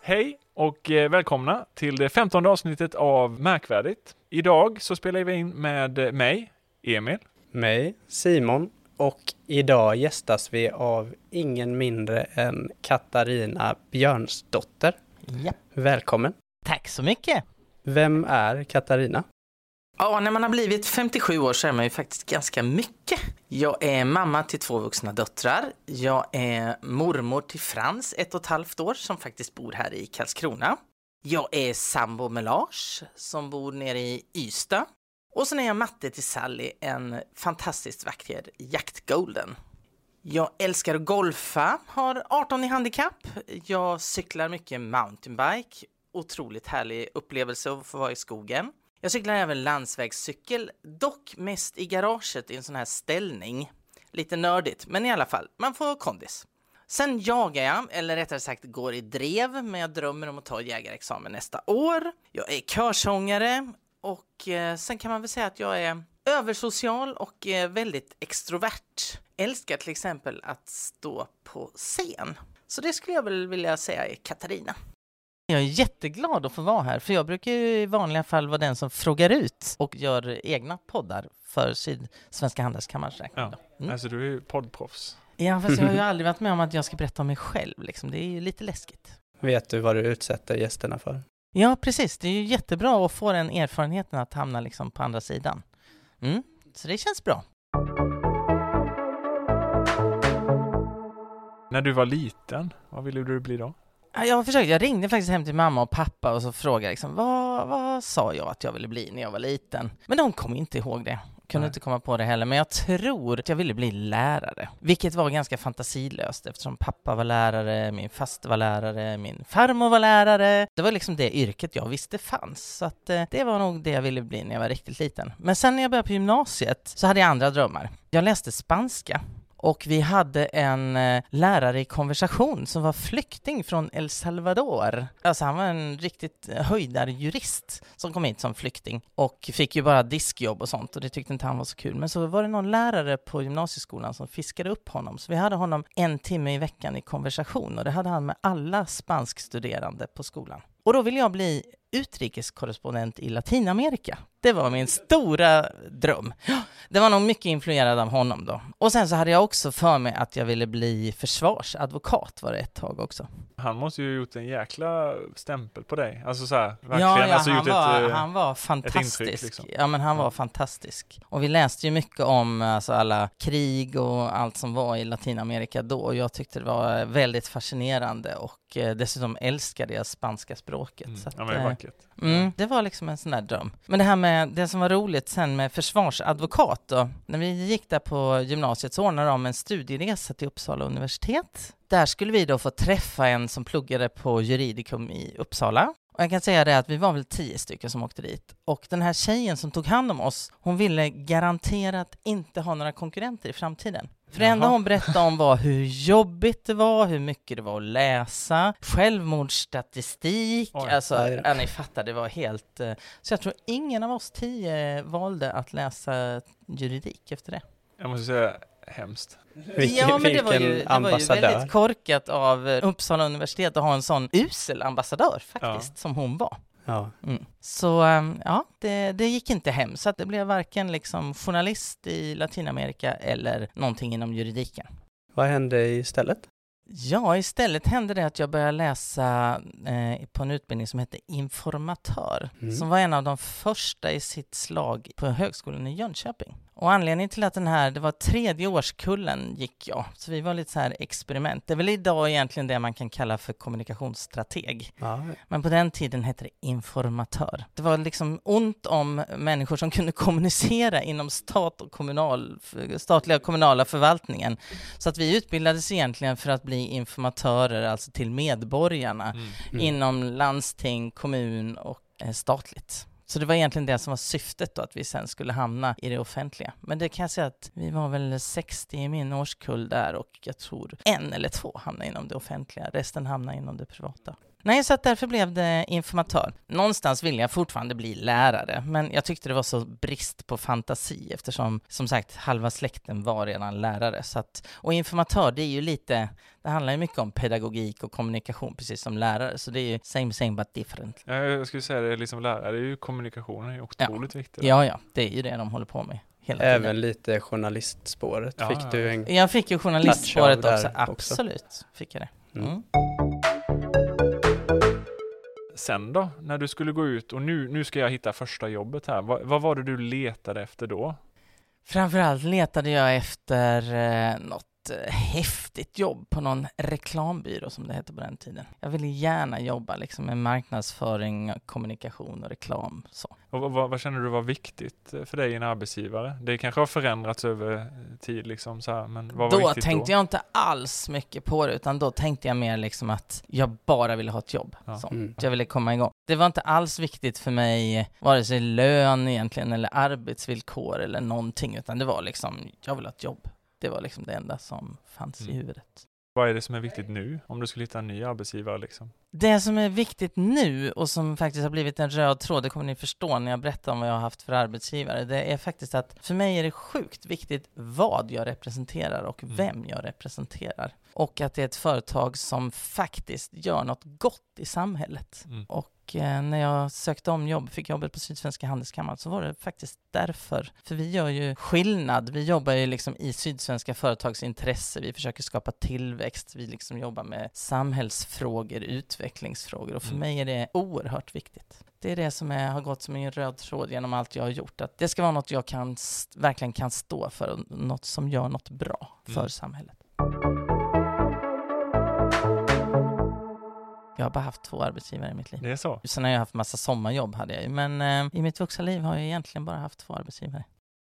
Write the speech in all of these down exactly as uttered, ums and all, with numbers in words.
Hej och välkomna till det femtonde avsnittet av Märkvärdigt. Idag så spelar vi in med mig, Emil. Mig, Simon. Och idag gästas vi av ingen mindre än Katarina Björnsdotter. Ja. Välkommen. Tack så mycket. Vem är Katarina? Ja, när man har blivit femtiosju år så är man ju faktiskt ganska mycket. Jag är mamma till två vuxna döttrar. Jag är mormor till Frans, ett och ett halvt år, som faktiskt bor här i Karlskrona. Jag är sambo med Lars, som bor nere i Ystad. Och sen är jag matte till Sally, en fantastiskt vacker jaktgolden. Jag älskar att golfa, har arton i handikapp. Jag cyklar mycket mountainbike. Otroligt härlig upplevelse att få vara i skogen. Jag cyklar även landsvägscykel, dock mest i garaget i en sån här ställning. Lite nördigt, men i alla fall, man får kondis. Sen jagar jag, eller rättare sagt går i drev, men jag drömmer om att ta jägarexamen nästa år. Jag är körsångare och eh, sen kan man väl säga att jag är översocial och eh, väldigt extrovert. Älskar till exempel att stå på scen. Så det skulle jag väl vilja säga är Katarina. Jag är jätteglad att få vara här, för jag brukar ju i vanliga fall vara den som frågar ut och gör egna poddar för Sydsvenska Handelskammarens räkning. Ja, mm. alltså du är ju poddproffs. Ja, fast jag har ju aldrig varit med om att jag ska berätta om mig själv. Liksom. Det är ju lite läskigt. Vet du vad du utsätter gästerna för? Ja, precis. Det är ju jättebra att få den erfarenheten att hamna liksom på andra sidan. Mm. Så det känns bra. När du var liten, vad ville du bli då? Jag har försökt. Jag ringde faktiskt hem till mamma och pappa och så frågade liksom, vad, vad sa jag att jag ville bli när jag var liten? Men de kom inte ihåg det. Kunde Nej. inte komma på det heller. Men jag tror att jag ville bli lärare. Vilket var ganska fantasilöst eftersom pappa var lärare, min faster var lärare, min farmor var lärare. Det var liksom det yrket jag visste fanns. Så att, eh, det var nog det jag ville bli när jag var riktigt liten. Men sen när jag började på gymnasiet så hade jag andra drömmar. Jag läste spanska. Och vi hade en eh, lärare i konversation som var flykting från El Salvador. Alltså han var en riktigt höjdarjurist som kom hit som flykting. Och fick ju bara diskjobb och sånt och det tyckte inte han var så kul. Men så var det någon lärare på gymnasieskolan som fiskade upp honom. Så vi hade honom en timme i veckan i konversation och det hade han med alla spanskstuderande på skolan. Och då ville jag bli utrikeskorrespondent i Latinamerika. Det var min stora dröm. Det var nog mycket influerad av honom då. Och sen så hade jag också för mig att jag ville bli försvarsadvokat var det ett tag också. Han måste ju ha gjort en jäkla stämpel på dig. Alltså så här, verkligen. Ja, ja alltså, han, gjort var, ett, han var fantastisk. intryck, liksom. Ja, men han var fantastisk. Och vi läste ju mycket om alltså, alla krig och allt som var i Latinamerika då. Och jag tyckte det var väldigt fascinerande och eh, dessutom älskade jag spanska språket. Mm. Så att, ja, men det var vackert. Mm, det var liksom en sån där dröm. Men det här med det som var roligt sen med försvarsadvokat då. När vi gick där på gymnasiet så ordnade de en studieresa till Uppsala universitet. Där skulle vi då få träffa en som pluggade på juridikum i Uppsala. Och jag kan säga det att vi var väl tio stycken som åkte dit. Och den här tjejen som tog hand om oss, hon ville garanterat inte ha några konkurrenter i framtiden. För det enda hon berättade om var hur jobbigt det var, hur mycket det var att läsa, självmordsstatistik. Oj, alltså, ja, ni fattar, det var helt... Uh, så jag tror ingen av oss tio valde att läsa juridik efter det. Jag måste säga hemskt. Vilken, ja, men det var, ju, det var ju väldigt korkat av Uppsala universitet att ha en sån usel ambassadör faktiskt, ja. Som hon var. Ja. Mm. Så ja, det, det gick inte hem. Så att det blev varken liksom journalist i Latinamerika eller någonting inom juridiken. Vad hände istället? Ja, istället hände det att jag började läsa eh, på en utbildning som hette informatör. Mm. Som var en av de första i sitt slag på högskolan i Jönköping. Och anledningen till att den här, det var tredje årskullen gick jag. Så vi var lite så här experiment. Det är väl idag egentligen det man kan kalla för kommunikationsstrateg. Ah. Men på den tiden hette det informatör. Det var liksom ont om människor som kunde kommunicera inom stat och kommunal, statliga och kommunala förvaltningen. Så att vi utbildades egentligen för att bli informatörer, alltså till medborgarna mm. Mm. inom landsting, kommun och eh, statligt. Så det var egentligen det som var syftet då, att vi sen skulle hamna i det offentliga. Men det kan jag säga att vi var väl sextio i min årskull där och jag tror en eller två hamnade inom det offentliga. Resten hamnade inom det privata. Nej, så att därför blev det informatör. Någonstans ville jag fortfarande bli lärare, men jag tyckte det var så brist på fantasi eftersom, som sagt, halva släkten var redan lärare. Så att, och informatör, det är ju lite, det handlar ju mycket om pedagogik och kommunikation, precis som lärare. Så det är ju same, same but different. Ja, jag skulle säga det är liksom lärare, det är ju kommunikationen är otroligt ja. viktigt. Ja, ja, det är ju det de håller på med. Även lite journalistspåret ja, fick ja. du en... Jag fick ju journalistspåret också, också. absolut fick jag det. Mm. Sen då, när du skulle gå ut och nu, nu ska jag hitta första jobbet här, vad, vad var det du letade efter då? Framförallt letade jag efter eh, något häftigt jobb på någon reklambyrå som det hette på den tiden. Jag ville gärna jobba liksom med marknadsföring, kommunikation och reklam. Så. Och vad, vad känner du var viktigt för dig, en arbetsgivare? Det kanske har förändrats över tid liksom så här, men vad var då viktigt tänkte då? jag inte alls mycket på det, utan då tänkte jag mer liksom att jag bara ville ha ett jobb. Ja. Så. Mm. Jag ville komma igång. Det var inte alls viktigt för mig vare sig lön egentligen eller arbetsvillkor eller någonting, utan det var liksom, jag vill ha ett jobb. Det var liksom det enda som fanns Mm. i huvudet. Vad är det som är viktigt nu om du skulle hitta en ny arbetsgivare liksom? Det som är viktigt nu och som faktiskt har blivit en röd tråd, det kommer ni förstå när jag berättar om vad jag har haft för arbetsgivare, det är faktiskt att för mig är det sjukt viktigt vad jag representerar och Mm. vem jag representerar. Och att det är ett företag som faktiskt gör något gott i samhället. Mm. Och eh, när jag sökte om jobb, fick jobbet på Sydsvenska Handelskammaren, så var det faktiskt därför. För vi gör ju skillnad. Vi jobbar ju liksom i sydsvenska företags intresse. Vi försöker skapa tillväxt. Vi liksom jobbar med samhällsfrågor, utvecklingsfrågor. Och för Mm. mig är det oerhört viktigt. Det är det som är, har gått som en röd tråd genom allt jag har gjort. Att det ska vara något jag kan, verkligen kan stå för. Och något som gör något bra för Mm. samhället. Jag har bara haft två arbetsgivare i mitt liv. Det är så? Sen har jag haft massa sommarjobb hade jag ju. Men eh, i mitt vuxna liv har jag egentligen bara haft två arbetsgivare.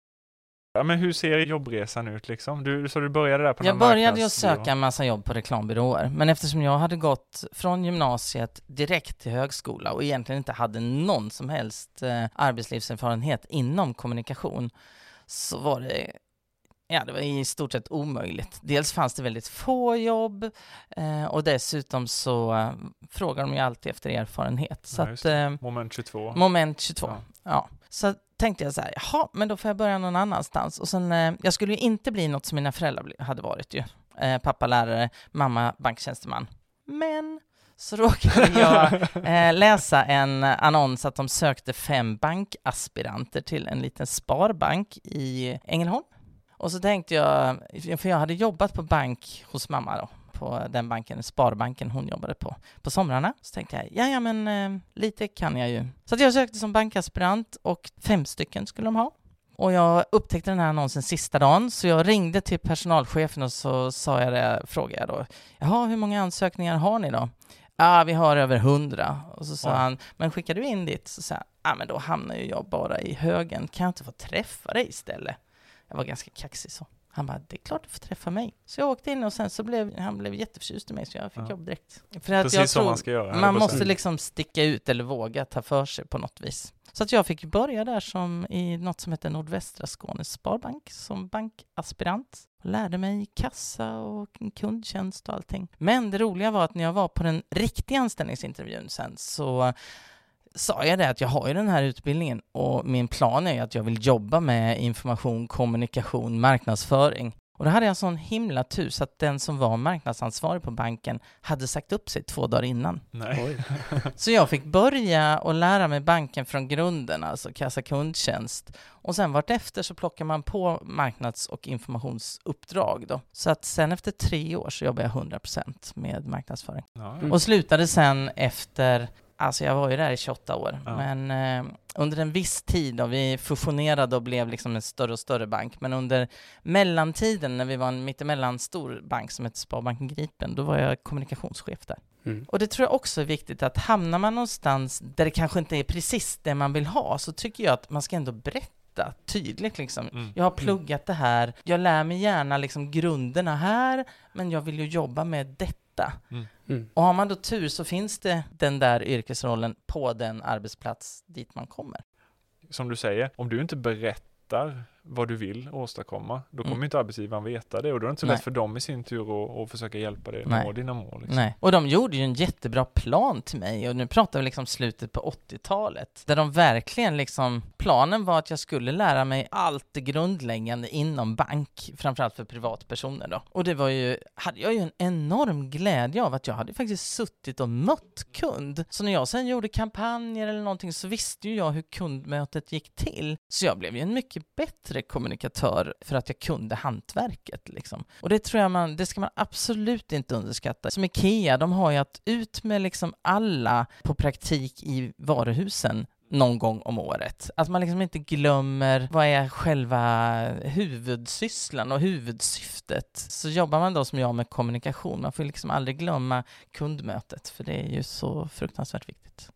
Ja, men hur ser jobbresan ut liksom? Du, så du började där på Jag någon började ju marknadsbyrå? söka en massa jobb på reklambyråer. Men eftersom jag hade gått från gymnasiet direkt till högskola och egentligen inte hade någon som helst eh, arbetslivserfarenhet inom kommunikation, så var det Ja, det var i stort sett omöjligt. Dels fanns det väldigt få jobb eh, och dessutom så eh, frågar de ju alltid efter erfarenhet. Så Ja, att, eh, moment tjugotvå. moment tjugotvå, Ja. ja. Så tänkte jag så här, jaha, men då får jag börja någon annanstans. Och sen, eh, jag skulle ju inte bli något som mina föräldrar bli- hade varit ju. Eh, pappa lärare, mamma banktjänsteman. Men så råkade jag eh, läsa en annons att de sökte fem bankaspiranter till en liten sparbank i Ängelholm. Och så tänkte jag, för jag hade jobbat på bank hos mamma då, på den banken, Sparbanken hon jobbade på, på somrarna. Så tänkte jag, ja ja men eh, lite kan jag ju. Så att jag sökte som bankaspirant och fem stycken skulle de ha. Och jag upptäckte den här annonsen sista dagen, så jag ringde till personalchefen och så sa jag det, frågade jag då, jaha, hur många ansökningar har ni då? Ja, vi har över hundra. Och så sa Oj. han, men skickar du in ditt? Så sa jag, ja men då hamnar ju jag bara i högen, kan jag inte få träffa dig istället? Jag var ganska kaxig så. Han bara, det är klart du får träffa mig. Så jag åkte in och sen så blev han blev jätteförtjust i mig, så jag fick Ja. jobb direkt. För att Precis jag som tror man ska göra. höll jag man på att måste säga. liksom sticka ut eller våga ta för sig på något vis. Så att jag fick börja där som i något som heter Nordvästra Skånes Sparbank som bankaspirant. Lärde mig kassa och kundtjänst och allting. Men det roliga var att när jag var på den riktiga anställningsintervjun sen så sa jag det att jag har ju den här utbildningen och min plan är att jag vill jobba med information, kommunikation, marknadsföring. Och då hade jag sån himla tur så att den som var marknadsansvarig på banken hade sagt upp sig två dagar innan. Nej. Oj. Så jag fick börja och lära mig banken från grunden, alltså kassa kundtjänst. Och sen vart efter så plockar man på marknads- och informationsuppdrag då. Så att sen efter tre år så jobbar jag hundra procent med marknadsföring. Ja, Mm. Och slutade sen efter, alltså jag var ju där i tjugoåtta år, Ja. men eh, under en viss tid då, vi fusionerade och blev liksom en större och större bank, men under mellantiden när vi var en mittemellan stor bank som hette Sparbanken Gripen, då var jag kommunikationschef där. Mm. Och det tror jag också är viktigt, att hamnar man någonstans där det kanske inte är precis det man vill ha, så tycker jag att man ska ändå berätta tydligt liksom. Mm. Jag har pluggat det här, jag lär mig gärna liksom grunderna här, men jag vill ju jobba med detta. Mm. Mm. Och har man då tur så finns det den där yrkesrollen på den arbetsplats dit man kommer. Som du säger, om du inte berättar vad du vill åstadkomma, då kommer Mm. inte arbetsgivaren veta det och då är det inte så Nej. lätt för dem i sin tur att, att försöka hjälpa dig att Nej. nå dina mål. Liksom. Nej. Och de gjorde ju en jättebra plan till mig och nu pratar vi liksom slutet på åttiotalet där de verkligen liksom, planen var att jag skulle lära mig allt det grundläggande inom bank, framförallt för privatpersoner då. Och det var ju, hade jag ju en enorm glädje av att jag hade faktiskt suttit och mött kund. Så när jag sen gjorde kampanjer eller någonting så visste ju jag hur kundmötet gick till. Så jag blev ju en mycket bättre kommunikatör för att jag kunde hantverket liksom. Och det tror jag man, det ska man absolut inte underskatta. Som Ikea, de har ju att ut med liksom alla på praktik i varuhusen någon gång om året. Att man liksom inte glömmer vad är själva huvudsysslan och huvudsyftet. Så jobbar man då som jag med kommunikation. Man får liksom aldrig glömma kundmötet för det är ju så fruktansvärt viktigt.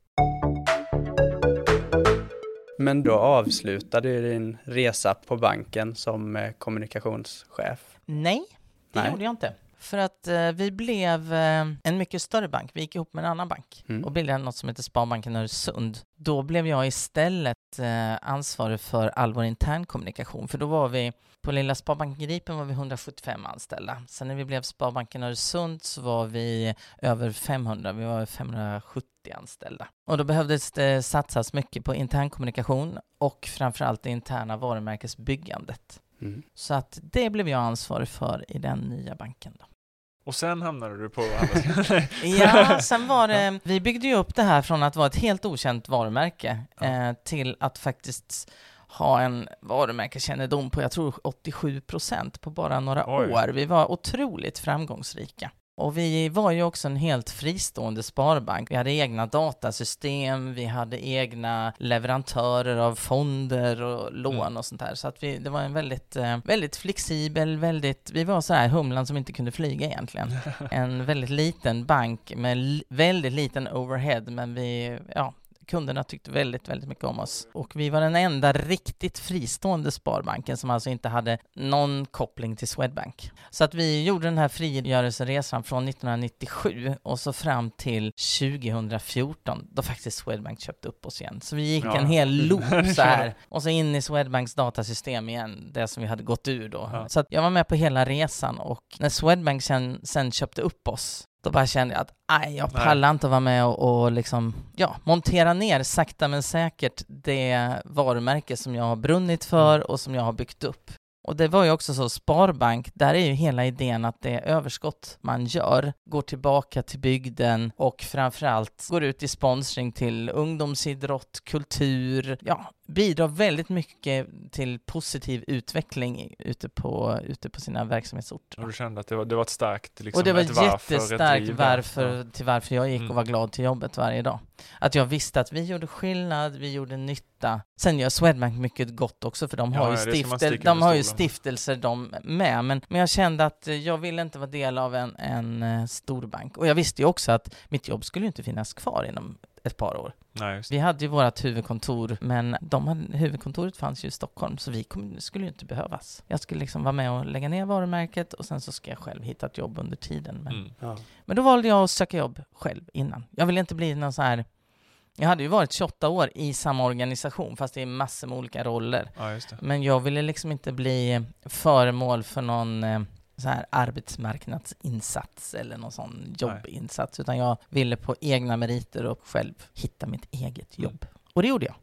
Men då avslutade du din resa på banken som eh, kommunikationschef. Nej, det Nej. gjorde jag inte. För att eh, vi blev eh, en mycket större bank. Vi gick ihop med en annan bank Mm. och bildade något som heter Sparbanken Öresund. Då blev jag istället eh, ansvarig för all vår intern kommunikation. För då var vi, på lilla Sparbanken Gripen var vi hundrasjuttiofem anställda. Sen när vi blev Sparbanken Öresund så var vi över femhundra. Vi var femhundrasjuttio anställda. Och då behövdes det satsas mycket på intern kommunikation och framförallt det interna varumärkesbyggandet. Mm. Så att det blev jag ansvarig för i den nya banken då. Och sen hamnade du på andra sidan. Ja, sen var det, vi byggde ju upp det här från att vara ett helt okänt varumärke Ja. eh, till att faktiskt ha en varumärkeskännedom på, jag tror åttiosju procent på bara några Oj. år. Vi var otroligt framgångsrika. Och vi var ju också en helt fristående sparbank. Vi hade egna datasystem, vi hade egna leverantörer av fonder och lån Mm. och sånt där. Så att vi, det var en väldigt, eh, väldigt flexibel, väldigt, vi var så här humlan som inte kunde flyga egentligen. En väldigt liten bank med li- väldigt liten overhead, men vi, ja, kunderna tyckte väldigt, väldigt mycket om oss. Och vi var den enda riktigt fristående sparbanken som alltså inte hade någon koppling till Swedbank. Så att vi gjorde den här frigörelseresan från nittonhundranittiosju och så fram till tjugohundrafjorton då faktiskt Swedbank köpte upp oss igen. Så vi gick Ja. en hel loop så här och så in i Swedbanks datasystem igen, det som vi hade gått ur då. Ja. Så att jag var med på hela resan och när Swedbank sen, sen köpte upp oss då bara kände jag att aj, jag pallar inte att vara med och, och liksom, ja, montera ner sakta men säkert det varumärke som jag har brunnit för och som jag har byggt upp. Och det var ju också så, Sparbank, där är ju hela idén att det överskott man gör går tillbaka till bygden och framförallt går ut i sponsring till ungdomsidrott, kultur, ja, bidrar väldigt mycket till positiv utveckling ute på, ute på sina verksamhetsorter. Och du kände att det var, det var ett starkt liksom, Och det var ett varför, ett jättestarkt driv. varför, Ja. till varför jag gick Mm. och var glad till jobbet varje dag. Att jag visste att vi gjorde skillnad, vi gjorde nytta. Sen gör Swedbank mycket gott också, för de Ja, har ju, ja, det ska man stiftel, sticka de har ju under stolen. stiftelser de med. Men, men jag kände att jag ville inte vara del av en, en uh, stor bank. Och jag visste ju också att mitt jobb skulle ju inte finnas kvar inom ett par år. Nej, just Vi hade ju vårt huvudkontor, men de hade, huvudkontoret fanns ju i Stockholm, så vi kom, skulle ju inte behövas. Jag skulle liksom vara med och lägga ner varumärket och sen så ska jag själv hitta ett jobb under tiden. Men, Mm. Ja. men då valde jag att söka jobb själv innan. Jag ville inte bli någon så här... Jag hade ju varit tjugoåtta år i samma organisation, fast det är massor med olika roller. Ja, just det. Men jag ville liksom inte bli föremål för någon eh, så här arbetsmarknadsinsats eller någon sån jobbinsats, utan jag ville på egna meriter och själv hitta mitt eget jobb. Och det gjorde jag.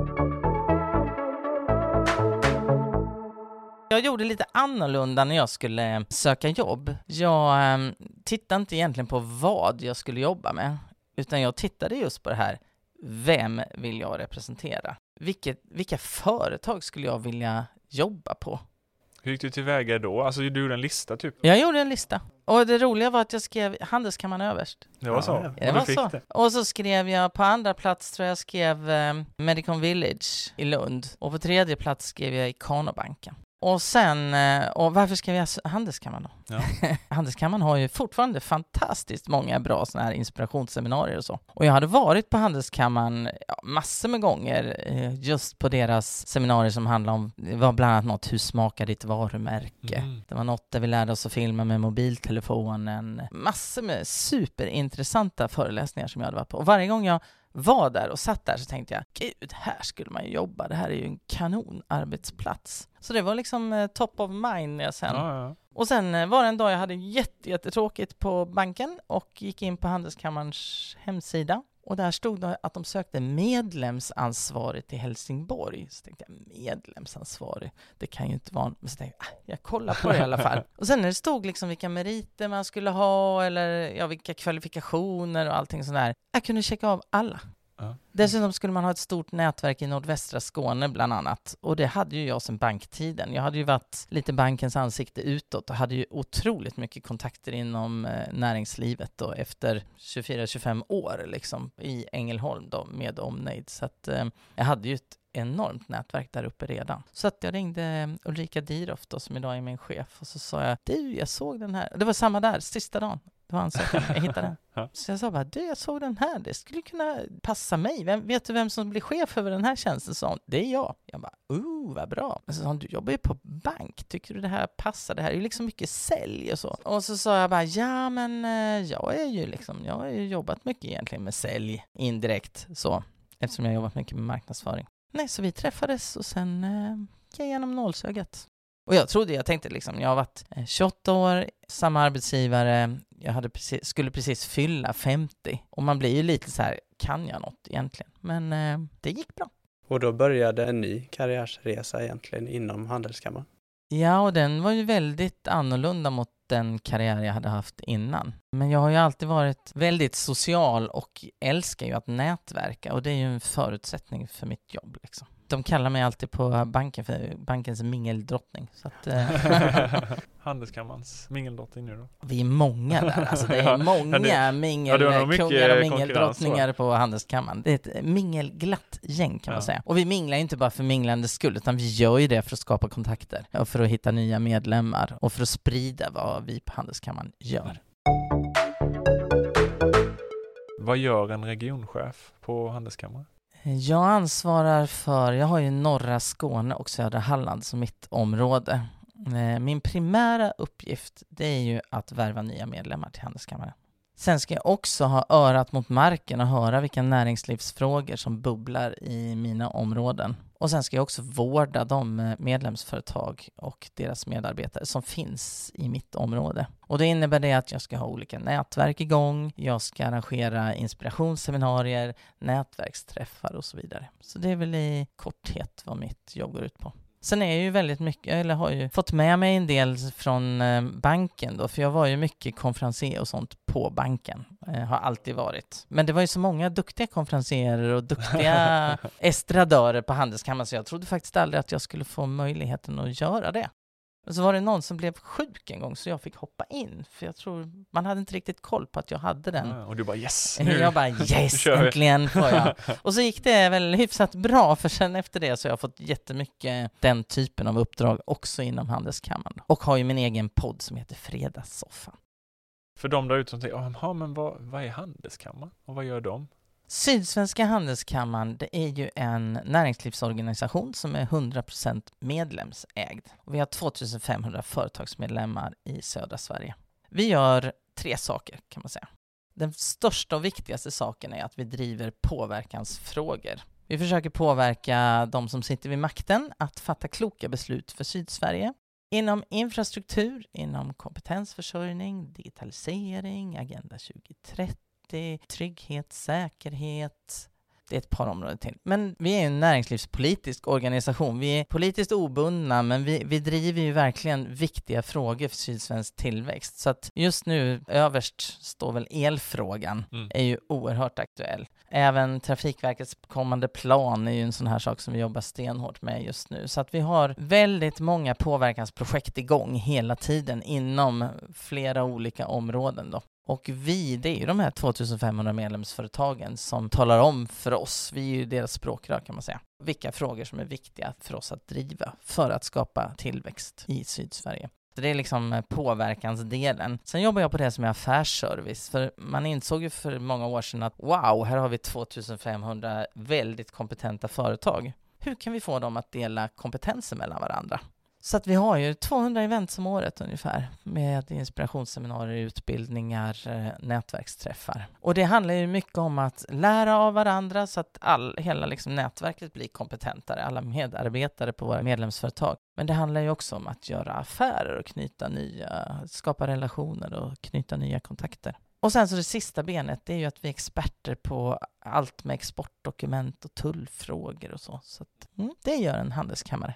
Jag gjorde lite annorlunda när jag skulle söka jobb. Jag eh, tittade inte egentligen på vad jag skulle jobba med, utan jag tittade just på det här. Vem vill jag representera? Vilket, vilka företag skulle jag vilja jobba på? Hur gick du tillväga då? Alltså du gjorde en lista typ? Jag gjorde en lista. Och det roliga var att jag skrev Handelskammaren överst. Det var Ja, så? ja. Och Det du var fick så. det? Och så skrev jag på andra plats, tror jag skrev eh, Medicon Village i Lund. Och på tredje plats skrev jag Ikanobanken. Och sen, eh, och varför skrev jag Handelskammaren då? Ja. Handelskammaren har ju fortfarande fantastiskt många bra såna här inspirationsseminarier och så. Och jag hade varit på Handelskammaren ja, massor med gånger eh, just på deras seminarier som handlar om, det var bland annat något, hur smakar ditt varumärke? Mm. Det var något där vi lärde oss att filma med mobiltelefonen. Massor med superintressanta föreläsningar som jag hade varit på. Och varje gång jag var där och satt där så tänkte jag, gud, här skulle man ju jobba. Det här är ju en kanonarbetsplats. Så det var liksom eh, top of mind när jag sen. Ja, ja. Och sen eh, var det en dag jag hade jätte, jättetråkigt på banken och gick in på Handelskammarens hemsida. Och där stod det att de sökte medlemsansvarig till Helsingborg. Så tänkte jag, medlemsansvarig, det kan ju inte vara... Men så tänkte jag, ah, jag kollar på det i alla fall. Och sen när det stod liksom vilka meriter man skulle ha eller ja, vilka kvalifikationer och allting sånt där. Jag kunde checka av alla. Ja. Dessutom skulle man ha ett stort nätverk i nordvästra Skåne bland annat. Och det hade ju jag sedan banktiden. Jag hade ju varit lite bankens ansikte utåt och hade ju otroligt mycket kontakter inom eh, näringslivet då, efter tjugofyra till tjugofem år liksom, i Ängelholm då, med omnejd. Så att, eh, jag hade ju ett enormt nätverk där uppe redan. Så att jag ringde Ulrika Diroff då, som idag är min chef, och så sa jag, du, jag såg den här. Det var samma där, sista dagen. Det var ansökan, jag hittade den. Ja. Så jag sa bara, du, jag såg den här, det skulle kunna passa mig. Vem, vet du vem som blir chef över den här tjänsten? Så hon, det är jag. Jag bara, oh, vad bra. Så sa hon, du jobbar ju på bank, tycker du det här passar? Det här är ju liksom mycket sälj och så. Och så sa jag bara, ja men jag är ju liksom, jag har ju jobbat mycket egentligen med sälj, indirekt så, eftersom jag har jobbat mycket med marknadsföring. Nej, så vi träffades och sen eh, gick jag igenom nålsögat. Och jag trodde, jag tänkte liksom, jag har varit tjugoåtta år, samma arbetsgivare, jag hade precis, skulle precis fylla femtio. Och man blir ju lite så här, kan jag något egentligen? Men eh, det gick bra. Och då började en ny karriärsresa egentligen inom Handelskammaren. Ja, och den var ju väldigt annorlunda mot den karriär jag hade haft innan. Men jag har ju alltid varit väldigt social och älskar ju att nätverka. Och det är ju en förutsättning för mitt jobb liksom. De kallar mig alltid på banken för bankens mingeldrottning. Så att, eh. Handelskammarens mingeldrottning nu då? Vi är många där. Alltså det är många ja, mingelkungar och mingeldrottningar på Handelskammaren. Det är ett mingelglatt gäng kan man ja. säga. Och vi minglar inte bara för minglandes skull, utan vi gör ju det för att skapa kontakter. Och för att hitta nya medlemmar. Och för att sprida vad vi på Handelskammaren gör. Vad gör en regionchef på Handelskammaren? Jag ansvarar för, jag har ju norra Skåne och södra Halland som mitt område. Min primära uppgift, det är ju att värva nya medlemmar till Handelskammaren. Sen ska jag också ha örat mot marken och höra vilka näringslivsfrågor som bubblar i mina områden. Och sen ska jag också vårda de medlemsföretag och deras medarbetare som finns i mitt område. Och det innebär det att jag ska ha olika nätverk igång, jag ska arrangera inspirationsseminarier, nätverksträffar och så vidare. Så det är väl i korthet vad mitt jobb går ut på. Sen är jag ju väldigt mycket, eller har ju fått med mig en del från eh, banken då, för jag var ju mycket konferencier och sånt på banken, eh, har alltid varit. Men det var ju så många duktiga konferencierer och duktiga estradörer på Handelskammaren, så jag trodde faktiskt aldrig att jag skulle få möjligheten att göra det. Och så var det någon som blev sjuk en gång så jag fick hoppa in. För jag tror, man hade inte riktigt koll på att jag hade den. Ja, och du bara yes! Nu. Jag bara yes, äntligen får jag. Och så gick det väl hyfsat bra, för sen efter det så har jag fått jättemycket den typen av uppdrag också inom Handelskammaren. Och har ju min egen podd som heter Fredagssoffan. För de där ute som säger, ja men vad, vad är Handelskammaren? Och vad gör de? Sydsvenska Handelskammaren, det är ju en näringslivsorganisation som är hundra procent medlemsägd. Och vi har tvåtusenfemhundra företagsmedlemmar i södra Sverige. Vi gör tre saker kan man säga. Den största och viktigaste saken är att vi driver påverkansfrågor. Vi försöker påverka de som sitter vid makten att fatta kloka beslut för Sydsverige. Inom infrastruktur, inom kompetensförsörjning, digitalisering, Agenda tjugo trettio, trygghet, säkerhet. Det är ett par områden till. Men vi är en näringslivspolitisk organisation. Vi är politiskt obundna, men vi, vi driver ju verkligen viktiga frågor för sydsvensk tillväxt. Så att just nu överst står väl elfrågan, mm. är ju oerhört aktuell. Även Trafikverkets kommande plan är ju en sån här sak som vi jobbar stenhårt med just nu. Så att vi har väldigt många påverkansprojekt igång hela tiden inom flera olika områden då. Och vi, det är ju de här tvåtusenfemhundra medlemsföretagen som talar om för oss, vi är ju deras språkrör kan man säga, vilka frågor som är viktiga för oss att driva för att skapa tillväxt i Sydsverige. Så det är liksom påverkansdelen. Sen jobbar jag på det som är affärsservice, för man insåg ju för många år sedan att wow, här har vi tvåtusenfemhundra väldigt kompetenta företag. Hur kan vi få dem att dela kompetenser mellan varandra? Så att vi har ju tvåhundra event om året ungefär med inspirationsseminarier, utbildningar, nätverksträffar. Och det handlar ju mycket om att lära av varandra så att all, hela liksom nätverket blir kompetentare, alla medarbetare på våra medlemsföretag. Men det handlar ju också om att göra affärer och knyta nya, skapa relationer och knyta nya kontakter. Och sen så det sista benet, det är ju att vi är experter på allt med exportdokument och tullfrågor och så. Så att, mm, det gör en handelskammare.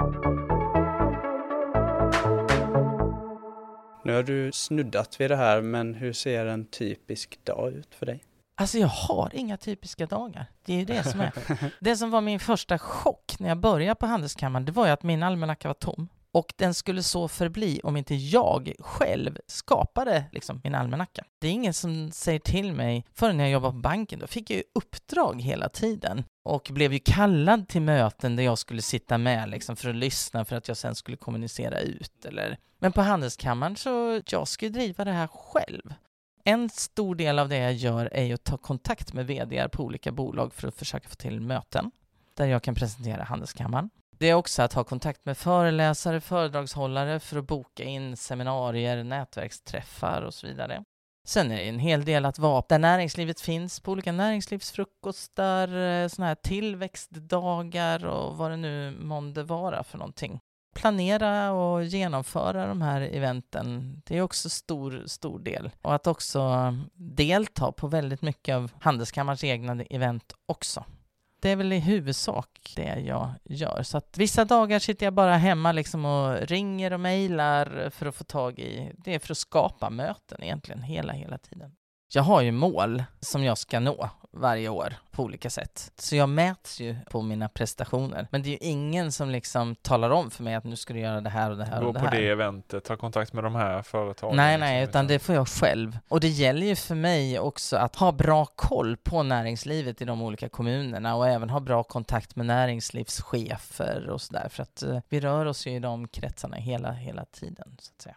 Nu har du snuddat vid det här, men hur ser en typisk dag ut för dig? Alltså jag har inga typiska dagar. Det är ju det som är. Det som var min första chock när jag började på handelskammaren, det var ju att min almanacka var tom. Och den skulle så förbli om inte jag själv skapade liksom min almanacka. Det är ingen som säger till mig förrän när jag jobbade på banken. Då fick jag ju uppdrag hela tiden. Och blev ju kallad till möten där jag skulle sitta med liksom, för att lyssna för att jag sen skulle kommunicera ut. Eller... Men på handelskammaren så jag skulle driva det här själv. En stor del av det jag gör är att ta kontakt med vd:ar på olika bolag för att försöka få till möten där jag kan presentera handelskammaren. Det är också att ha kontakt med föreläsare, föredragshållare för att boka in seminarier, nätverksträffar och så vidare. Sen är det en hel del att vara där näringslivet finns, på olika näringslivsfrukostar, såna här tillväxtdagar och vad det nu månde vara för någonting. Planera och genomföra de här eventen, det är också stor, stor del. Och att också delta på väldigt mycket av Handelskammarens egna event också. Det är väl i huvudsak det jag gör. Så att vissa dagar sitter jag bara hemma liksom och ringer och mejlar för att få tag i. Det är för att skapa möten egentligen hela, hela tiden. Jag har ju mål som jag ska nå varje år på olika sätt. Så jag mäts ju på mina prestationer. Men det är ju ingen som liksom talar om för mig att nu ska du göra det här och det här Gå och det på här. det eventet, ta kontakt med de här företagen. Nej, nej, liksom. utan det får jag själv. Och det gäller ju för mig också att ha bra koll på näringslivet i de olika kommunerna och även ha bra kontakt med näringslivschefer och sådär. För att uh, vi rör oss ju i de kretsarna hela, hela tiden, så att säga.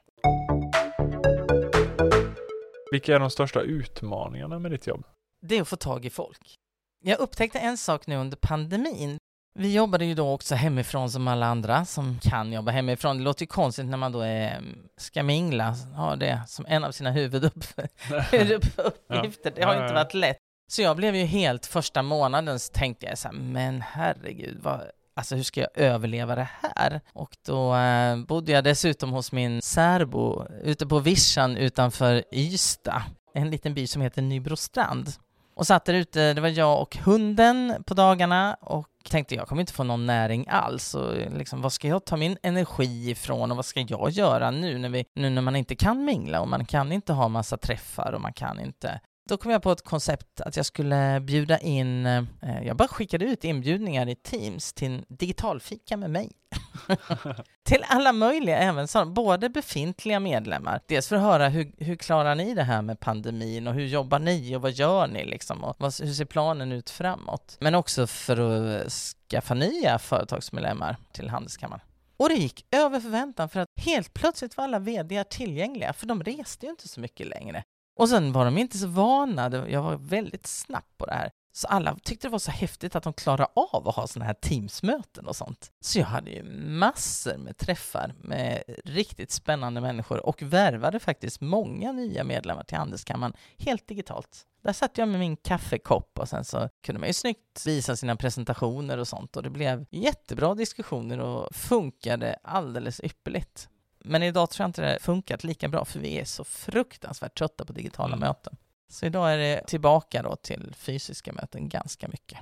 Vilka är de största utmaningarna med ditt jobb? Det är att få tag i folk. Jag upptäckte en sak nu under pandemin. Vi jobbade ju då också hemifrån som alla andra som kan jobba hemifrån. Det låter ju konstigt när man då är, ska mingla, har det som en av sina huvuduppgifter. Det har ju inte varit lätt. Så jag blev ju helt första månaden så tänkte jag så här, men herregud, vad... Alltså hur ska jag överleva det här? Och då eh, bodde jag dessutom hos min särbo ute på Vischan utanför Ystad. En liten by som heter Nybrostrand. Och satt där ute, det var jag och hunden på dagarna och tänkte jag kommer inte få någon näring alls. Och liksom, vad ska jag ta min energi ifrån och vad ska jag göra nu när, vi, nu när man inte kan mingla och man kan inte ha massa träffar och man kan inte... Då kom jag på ett koncept att jag skulle bjuda in, eh, jag bara skickade ut inbjudningar i Teams till en digitalfika med mig. Till alla möjliga, även så, både befintliga medlemmar. Dels för att höra hur, hur klarar ni det här med pandemin och hur jobbar ni och vad gör ni liksom och vad, hur ser planen ut framåt. Men också för att skaffa nya företagsmedlemmar till Handelskammaren. Och det gick över förväntan för att helt plötsligt var alla vd:ar tillgängliga för de reste ju inte så mycket längre. Och sen var de inte så vana, jag var väldigt snabb på det här. Så alla tyckte det var så häftigt att de klarade av att ha såna här Teams-möten och sånt. Så jag hade ju massor med träffar med riktigt spännande människor och värvade faktiskt många nya medlemmar till Handelskammaren helt digitalt. Där satt jag med min kaffekopp och sen så kunde man ju snyggt visa sina presentationer och sånt. Och det blev jättebra diskussioner och funkade alldeles ypperligt. Men idag tror jag inte det funkat lika bra för vi är så fruktansvärt trötta på digitala mm. möten. Så idag är det tillbaka då till fysiska möten ganska mycket.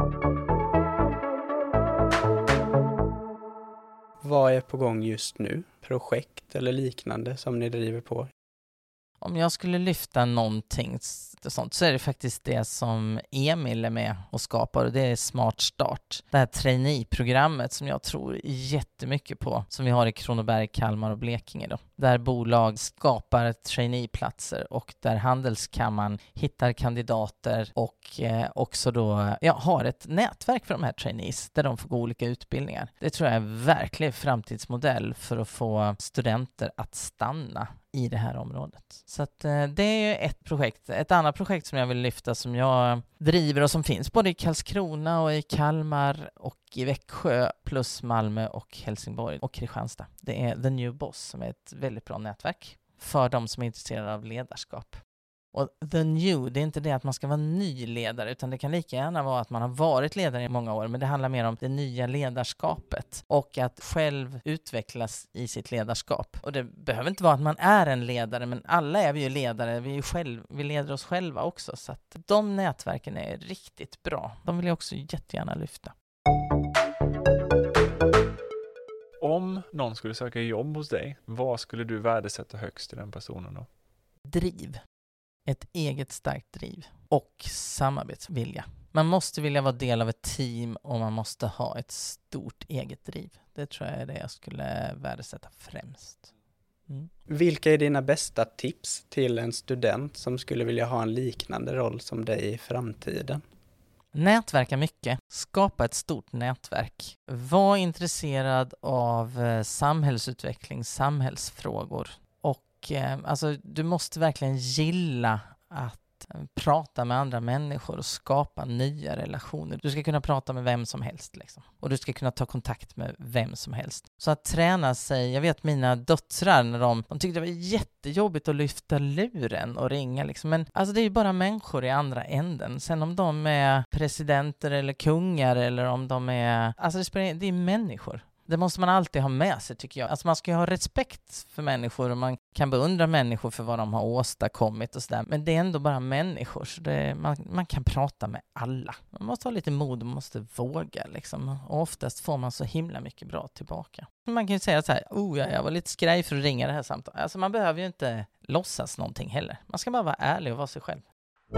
Vad är på gång just nu? Projekt eller liknande som ni driver på? Om jag skulle lyfta någonting sånt så är det faktiskt det som Emil är med och skapar och det är Smart Start. Det här trainee-programmet som jag tror jättemycket på som vi har i Kronoberg, Kalmar och Blekinge då. Där bolag skapar trainee-platser och där Handelskammaren hittar kandidater och eh, också då ja, har ett nätverk för de här trainees där de får gå olika utbildningar. Det tror jag är en verklig framtidsmodell för att få studenter att stanna i det här området. Så att, eh, det är ju ett projekt. Ett annat projekt som jag vill lyfta som jag driver och som finns både i Karlskrona och i Kalmar och i Växjö plus Malmö och Helsingborg och Kristianstad. Det är The New Boss som är ett väldigt bra nätverk för de som är intresserade av ledarskap. Och the new, det är inte det att man ska vara ny ledare, utan det kan lika gärna vara att man har varit ledare i många år, men det handlar mer om det nya ledarskapet och att själv utvecklas i sitt ledarskap. Och det behöver inte vara att man är en ledare, men alla är vi ju ledare, vi, är ju själv, vi leder oss själva också, så att de nätverken är riktigt bra. De vill jag också jättegärna lyfta. Om någon skulle söka jobb hos dig, vad skulle du värdesätta högst i den personen då? Driv. Ett eget starkt driv och samarbetsvilja. Man måste vilja vara del av ett team och man måste ha ett stort eget driv. Det tror jag är det jag skulle värdesätta främst. Mm. Vilka är dina bästa tips till en student som skulle vilja ha en liknande roll som dig i framtiden? Nätverka mycket. Skapa ett stort nätverk. Var intresserad av eh, samhällsutveckling, samhällsfrågor. Och eh, alltså, du måste verkligen gilla att prata med andra människor och skapa nya relationer. Du ska kunna prata med vem som helst liksom. Och du ska kunna ta kontakt med vem som helst. Så att träna sig, jag vet mina döttrar när de, de tyckte det var jättejobbigt att lyfta luren och ringa liksom. Men alltså det är ju bara människor i andra änden. Sen om de är presidenter eller kungar eller om de är, alltså det, spelar, det är människor. Det måste man alltid ha med sig tycker jag. Alltså man ska ju ha respekt för människor och man kan beundra människor för vad de har åstadkommit och sådär. Men det är ändå bara människor så det, man, man kan prata med alla. Man måste ha lite mod och man måste våga liksom. Och oftast får man så himla mycket bra tillbaka. Man kan ju säga så här, oh ja, jag var lite skraj för att ringa det här samtalet. Alltså man behöver ju inte låtsas någonting heller. Man ska bara vara ärlig och vara sig själv.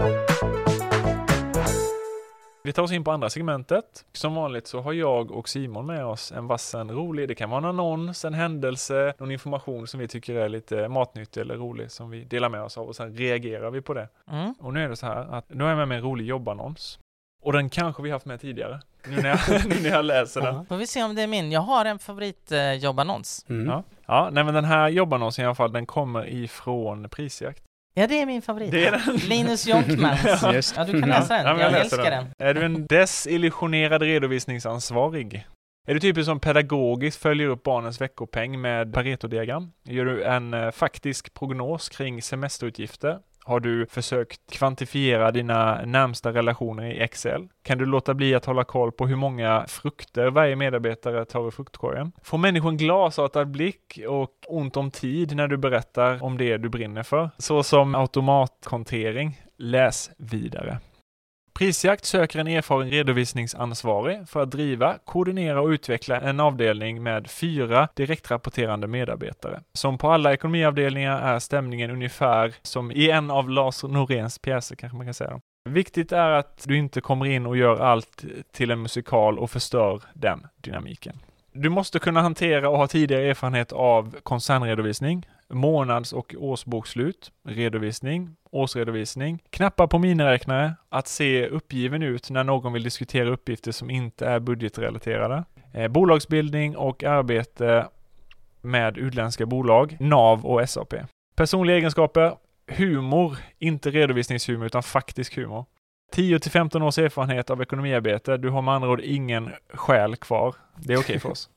Vi tar oss in på andra segmentet. Som vanligt så har jag och Simon med oss en vassen rolig. Det kan vara en annons, en händelse, någon information som vi tycker är lite matnyttig eller rolig som vi delar med oss av och sen reagerar vi på det. Mm. Och nu är det så här att nu är jag med med en rolig jobbannons. Och den kanske vi haft med tidigare. Nu när jag, nu när jag läser den. Får vi se om det är min. Jag har en favoritjobbannons. Mm. Ja, ja nej, men den här jobbannonsen i alla fall, den kommer ifrån Prisjakt. Ja, det är min favorit. Det är den. Linus Jonkmans. Ja. Ja, du kan läsa den. Ja, jag jag älskar den. den. Är du en desillusionerad redovisningsansvarig? Är du typen som pedagogiskt följer upp barnens veckopeng med Pareto-diagram? Gör du en eh, faktisk prognos kring semesterutgifter? Har du försökt kvantifiera dina närmsta relationer i Excel? Kan du låta bli att hålla koll på hur många frukter varje medarbetare tar i fruktkorgen? Får människan glasartad blick och ont om tid när du berättar om det du brinner för? Så som automatkontering. Läs vidare. Prisjakt söker en erfaren redovisningsansvarig för att driva, koordinera och utveckla en avdelning med fyra direktrapporterande medarbetare. Som på alla ekonomiavdelningar är stämningen ungefär som i en av Lars Noréns pjäser kanske man kan säga. Viktigt är att du inte kommer in och gör allt till en musikal och förstör den dynamiken. Du måste kunna hantera och ha tidigare erfarenhet av koncernredovisning, månads- och årsbokslut, redovisning, årsredovisning, knappar på miniräknare, att se uppgiven ut när någon vill diskutera uppgifter som inte är budgetrelaterade, eh, bolagsbildning och arbete med utländska bolag, N A V och S A P. Personliga egenskaper, humor, inte redovisningshumor utan faktisk humor. tio till femton års erfarenhet av ekonomiarbete. Du har med andra ord ingen själ kvar. Det är okej för oss.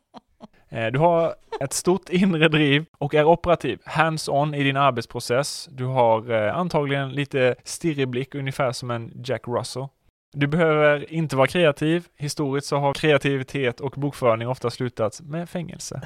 Du har ett stort inre driv och är operativ. Hands-on i din arbetsprocess. Du har eh, antagligen lite stirrig blick, ungefär som en Jack Russell. Du behöver inte vara kreativ. Historiskt så har kreativitet och bokföring ofta slutat med fängelse.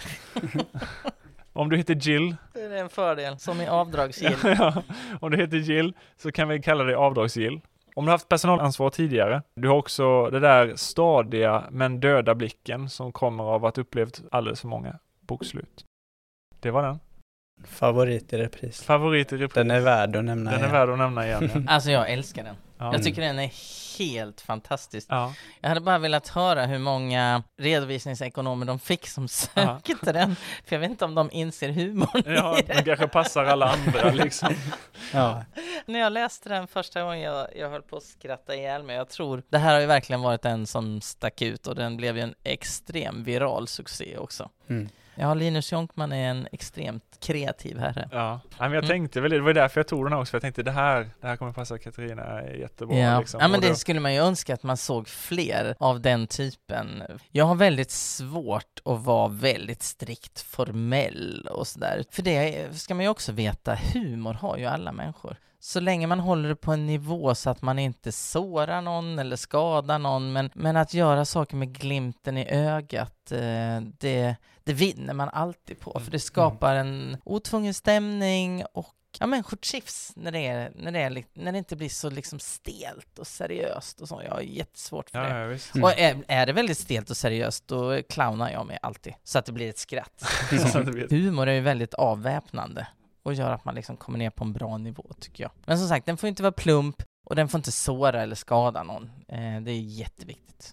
Om du heter Jill. Det är en fördel, som i avdragsgill. Ja, om du heter Jill så kan vi kalla dig avdragsgill. Om du har haft personalansvar tidigare, du har också det där stadiga men döda blicken som kommer av att upplevt alldeles för många bokslut. Det var den. Favorit i repris. Favorit i repris. Den är värd att nämna Den igen. är värd att nämna igen. Ja. Alltså jag älskar den. Ja. Jag tycker den är helt fantastisk. Ja. Jag hade bara velat höra hur många redovisningsekonomer de fick som sökte ja. den. För jag vet inte om de inser humorn Ja, den kanske passar alla andra liksom. Ja. När jag läste den första gången jag, jag höll på att skratta ihjäl mig. Jag tror, det här har ju verkligen varit en som stack ut och den blev ju en extrem viral succé också. Mm. Ja, Linus Jonkman är en extremt kreativ herre. Ja, men jag Mm. tänkte väl, det var därför jag tog den här också, för jag tänkte det här, det här kommer passa Katarina jättebra. Ja, liksom. ja men Och det då- skulle man ju önska att man såg fler av den typen. Jag har väldigt svårt att vara väldigt strikt formell och sådär. För det ska man ju också veta, humor har ju alla människor. Så länge man håller det på en nivå så att man inte sårar någon eller skadar någon, men, men att göra saker med glimten i ögat, eh, det, det vinner man alltid på. För det skapar en otvungen stämning och ja, människor trivs när det, är, när, det är, li- när det inte blir så liksom stelt och seriöst och så. Jag har jättesvårt för Ja, det. ja, visst. Mm. Och är, är det väldigt stelt och seriöst, då clownar jag mig alltid så att det blir ett skratt. Så att du vet. Humor är ju väldigt avväpnande och gör att man liksom kommer ner på en bra nivå, tycker jag. Men som sagt, den får inte vara plump och den får inte såra eller skada någon. Eh, det är jätteviktigt.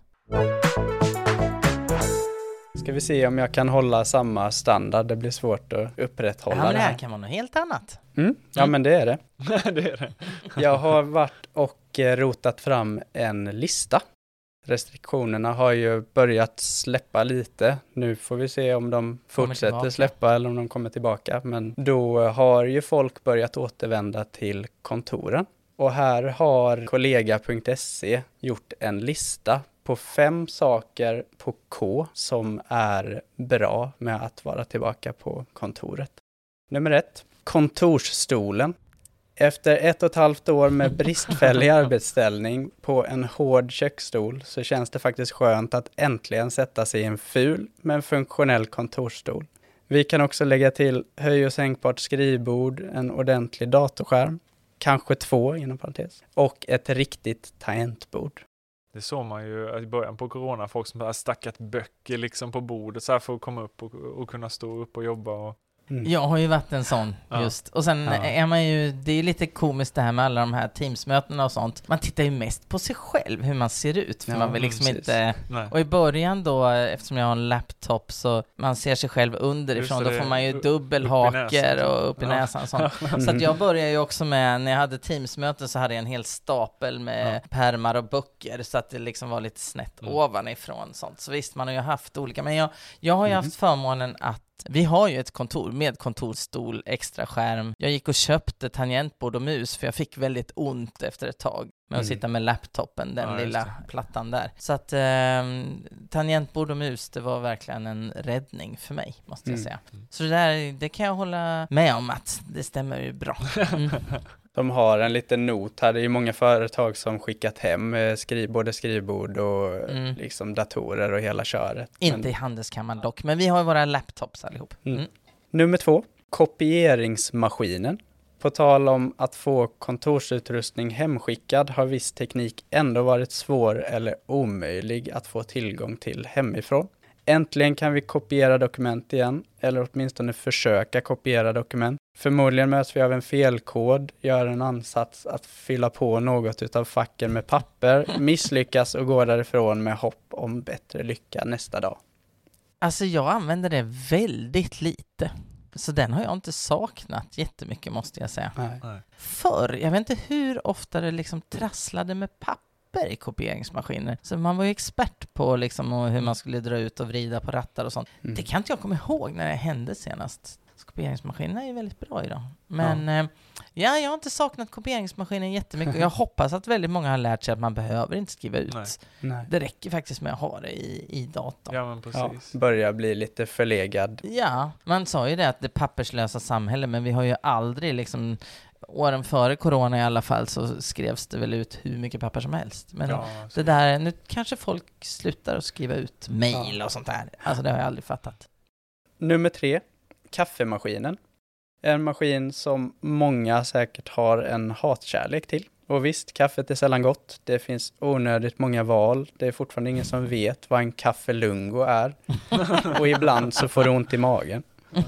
Ska vi se om jag kan hålla samma standard. Det blir svårt att upprätthålla Ja, men det det här här. kan vara något helt annat. Mm. Ja, men det är det. Det är det. Jag har varit och eh, rotat fram en lista. Restriktionerna har ju börjat släppa lite. Nu får vi se om de fortsätter tillbaka. släppa eller om de kommer tillbaka. Men då har ju folk börjat återvända till kontoren. Och här har kollega punkt se gjort en lista på fem saker på K som är bra med att vara tillbaka på kontoret. Nummer ett, kontorsstolen. Efter ett och ett halvt år med bristfällig arbetsställning på en hård köksstol så känns det faktiskt skönt att äntligen sätta sig i en ful men funktionell kontorsstol. Vi kan också lägga till höj- och sänkbart skrivbord, en ordentlig datorskärm, kanske två inom parentes, och ett riktigt tangentbord. Det såg man ju i början på corona, folk som har stackat böcker liksom på bordet så här för att komma upp och, och kunna stå upp och jobba. Och... Mm. Jag har ju varit en sån Ja. just. Och sen Ja. är man ju, det är ju lite komiskt det här med alla de här Teams-mötena och sånt. Man tittar ju mest på sig själv, hur man ser ut. För Ja, man vill liksom precis. inte... Nej. Och i början då, eftersom jag har en laptop så man ser sig själv underifrån, Just då det, får man ju upp- upp i dubbelhaker näsan. och upp i Ja. näsan och sånt. Så att jag började ju också med, när jag hade Teams-möten så hade jag en hel stapel med Ja. pärmar och böcker så att det liksom var lite snett Mm. ovanifrån sånt. Så visst, man har ju haft olika, men jag, jag har ju Mhm. haft förmånen att vi har ju ett kontor med kontorstol, extra skärm. Jag gick och köpte tangentbord och mus för jag fick väldigt ont efter ett tag med att Mm. sitta med laptopen, den Ja, just lilla plattan där. Så att eh, tangentbord och mus, det var verkligen en räddning för mig, måste jag Mm. säga. Så det där, det kan jag hålla med om att det stämmer ju bra. Mm. De har en liten not här. Det är ju många företag som skickat hem eh, skriv, både skrivbord och eh, Mm. liksom datorer och hela köret. Inte Men- i handelskammaren dock, men vi har ju våra laptops allihop. Mm. Mm. Nummer två, kopieringsmaskinen. På tal om att få kontorsutrustning hemskickad har viss teknik ändå varit svår eller omöjlig att få tillgång till hemifrån. Äntligen kan vi kopiera dokument igen, eller åtminstone försöka kopiera dokument. Förmodligen möts vi av en felkod, gör en ansats att fylla på något utav facken med papper, misslyckas och går därifrån med hopp om bättre lycka nästa dag. Alltså jag använder det väldigt lite. Så den har jag inte saknat jättemycket, måste jag säga. Nej. Nej. Förr, jag vet inte hur ofta det liksom trasslade med papper i kopieringsmaskiner. Så man var ju expert på liksom och hur man skulle dra ut och vrida på rattar och sånt. Mm. Det kan inte jag komma ihåg när det hände senast. Så kopieringsmaskinerna är ju väldigt bra idag. Men ja. Eh, ja, jag har inte saknat kopieringsmaskinen jättemycket. Och jag hoppas att väldigt många har lärt sig att man behöver inte skriva ut. Nej. Nej. Det räcker faktiskt med att ha det i, i datorn. Ja, men Ja, precis. börjar bli lite förlegad. Ja, man sa ju det att det papperslösa samhälle, men vi har ju aldrig liksom, åren före corona i alla fall, så skrevs det väl ut hur mycket papper som helst. Men Ja, så- det där, nu kanske folk slutar att skriva ut mejl och sånt där. Alltså det har jag aldrig fattat. Nummer tre, kaffemaskinen. En maskin som många säkert har en hatkärlek till. Och visst, kaffet är sällan gott. Det finns onödigt många val. Det är fortfarande ingen som vet vad en kaffelungo är. Och ibland så får du ont i magen.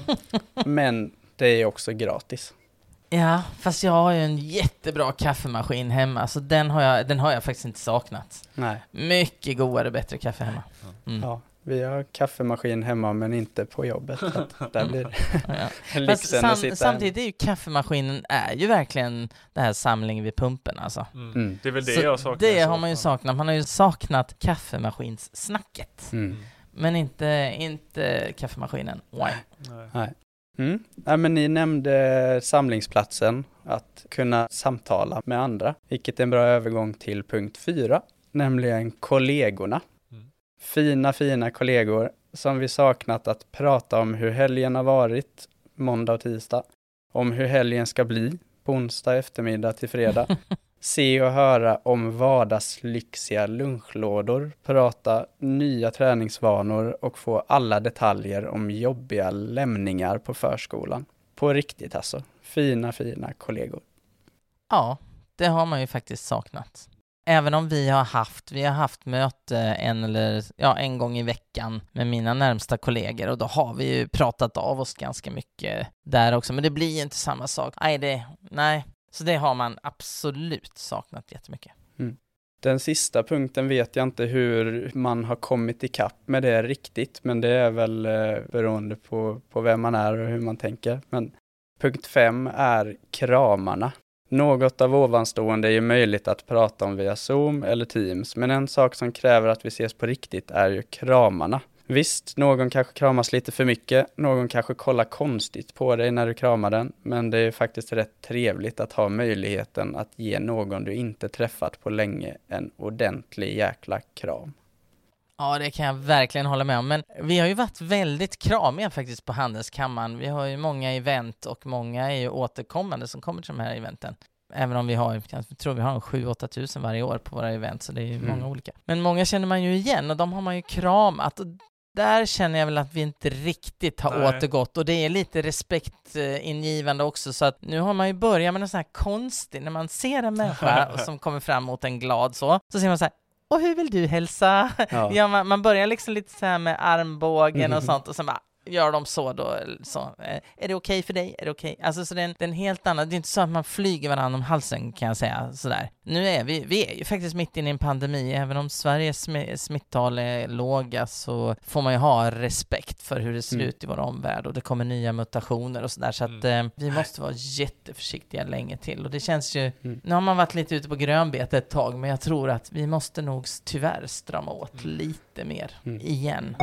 Men det är också gratis. Ja, fast jag har ju en jättebra kaffemaskin hemma, så den har jag, den har jag faktiskt inte saknat. Nej. Mycket godare, bättre kaffe hemma. Mm. Ja, vi har kaffemaskin hemma men inte på jobbet. Så att där blir Ja. Fast lyxen sam- att sitta samtidigt är ju kaffemaskinen är ju verkligen det här samlingen vid pumpen alltså. Mm. Mm. Det är väl det Så jag saknar. det i så har man ju fall. saknat. Man har ju saknat kaffemaskinssnacket. Mm. Men inte, inte kaffemaskinen. Nej. Nej. Mm. Ja, men ni nämnde samlingsplatsen, att kunna samtala med andra, vilket är en bra övergång till punkt fyra, nämligen kollegorna. Mm. Fina, fina kollegor som vi saknat att prata om hur helgen har varit, måndag och tisdag, om hur helgen ska bli på onsdag eftermiddag till fredag. Se och höra om vardagslyxiga lunchlådor, prata nya träningsvanor och få alla detaljer om jobbiga lämningar på förskolan. På riktigt alltså. Fina, fina kollegor. Ja, det har man ju faktiskt saknat. Även om vi har haft, vi har haft möte en eller ja, en gång i veckan med mina närmsta kollegor och då har vi ju pratat av oss ganska mycket där också. Men det blir ju inte samma sak. Nej, det, nej. Så det har man absolut saknat jättemycket. Mm. Den sista punkten vet jag inte hur man har kommit ikapp med det riktigt. Men det är väl eh, beroende på, på vem man är och hur man tänker. Men punkt fem är kramarna. Något av ovanstående är ju möjligt att prata om via Zoom eller Teams. Men en sak som kräver att vi ses på riktigt är ju kramarna. Visst, någon kanske kramas lite för mycket. Någon kanske kollar konstigt på dig när du kramar den. Men det är faktiskt rätt trevligt att ha möjligheten att ge någon du inte träffat på länge en ordentlig jäkla kram. Ja, det kan jag verkligen hålla med om. Men vi har ju varit väldigt kramiga faktiskt på Handelskammaren. Vi har ju många event och många är ju återkommande som kommer till de här eventen. Även om vi har, jag tror vi har sju åtta tusen varje år på våra event, så det är ju mm. många olika. Men många känner man ju igen och de har man ju kramat. Och där känner jag väl att vi inte riktigt har Nej. återgått. Och det är lite respektingivande också. Så att nu har man ju börjat med något sån här konstigt. När man ser en människa som kommer fram mot en glad så, så ser man så här, och hur vill du hälsa? Ja. Ja, man, man börjar liksom lite så här med armbågen och sånt och sen bara gör de så då. Så. Är det okej okay för dig? Är det okej? Okay? Alltså så det är, en, det är en helt annan. Det är inte så att man flyger varandra om halsen kan jag säga sådär. Nu är vi, vi är ju faktiskt mitt inne i en pandemi. Även om Sveriges sm- smittal är låga så får man ju ha respekt för hur det ser mm. ut i vår omvärld. Och det kommer nya mutationer och sådär. Så att mm. eh, vi måste vara jätteförsiktiga länge till. Och det känns ju, mm. nu har man varit lite ute på grönbete ett tag. Men jag tror att vi måste nog tyvärr strama åt mm. lite mer mm. igen.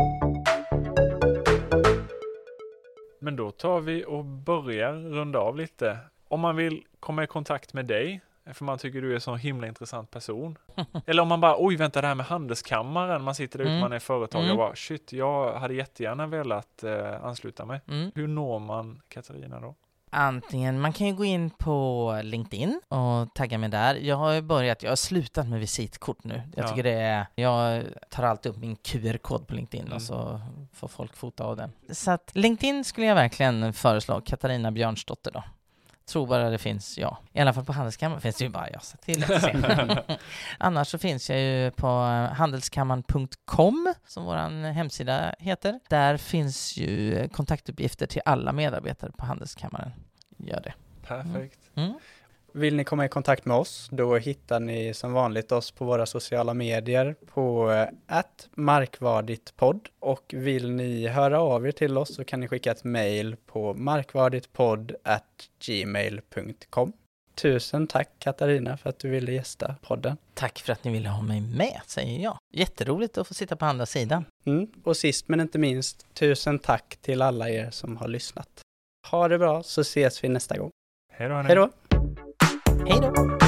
Men då tar vi och börjar runda av lite. Om man vill komma i kontakt med dig, för man tycker du är en så himla intressant person. Eller om man bara, oj vänta det här med Handelskammaren. Man sitter där mm. ute, man är företagare mm. och bara, shit, jag hade jättegärna velat eh, ansluta mig. Mm. Hur når man Katarina då? Antingen, man kan ju gå in på LinkedIn och tagga mig där. Jag har ju börjat, jag har slutat med visitkort nu. Jag ja. tycker det är, jag tar alltid upp min Q R-kod på LinkedIn mm. och så får folk fota av den. Så att LinkedIn skulle jag verkligen föreslå, Katarina Björnsdotter då. Tror bara det finns, ja. I alla fall på Handelskammaren finns det ju bara jag. Så det är lätt att se. Annars så finns jag ju på handelskammaren punkt com som våran hemsida heter. Där finns ju kontaktuppgifter till alla medarbetare på Handelskammaren. Gör det. Perfekt. Mm. Mm. Vill ni komma i kontakt med oss, då hittar ni som vanligt oss på våra sociala medier på at markvarditpodd. Och vill ni höra av er till oss så kan ni skicka ett mejl på markvarditpodd at gmail punkt com. Tusen tack Katarina för att du ville gästa podden. Tack för att ni ville ha mig med, säger jag. Jätteroligt att få sitta på andra sidan. Mm. Och sist men inte minst, tusen tack till alla er som har lyssnat. Ha det bra så ses vi nästa gång. Hej då. Hej då. Hej då!